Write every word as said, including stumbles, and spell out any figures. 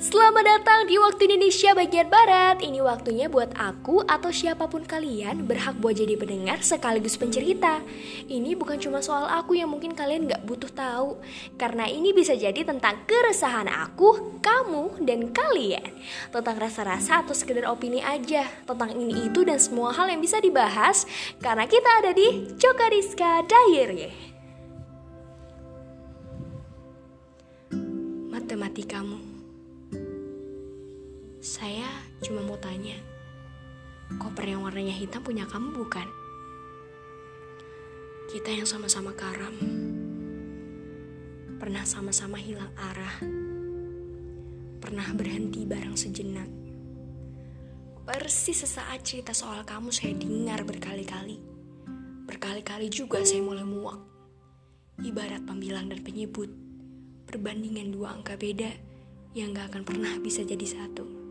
Selamat datang di Waktu Indonesia bagian Barat. Ini waktunya buat aku atau siapapun kalian berhak buat jadi pendengar sekaligus pencerita. Ini bukan cuma soal aku yang mungkin kalian gak butuh tahu, karena ini bisa jadi tentang keresahan aku, kamu, dan kalian. Tentang rasa-rasa atau sekedar opini aja. Tentang ini itu dan semua hal yang bisa dibahas, karena kita ada di Jokariska Diary. Matematikamu. Saya cuma mau tanya, koper yang warnanya hitam punya kamu bukan? Kita yang sama-sama karam, pernah sama-sama hilang arah, pernah berhenti bareng sejenak. Persis sesaat cerita soal kamu saya dengar berkali-kali. Berkali-kali juga saya mulai muak. Ibarat pembilang dan penyebut, perbandingan dua angka beda yang gak akan pernah bisa jadi satu.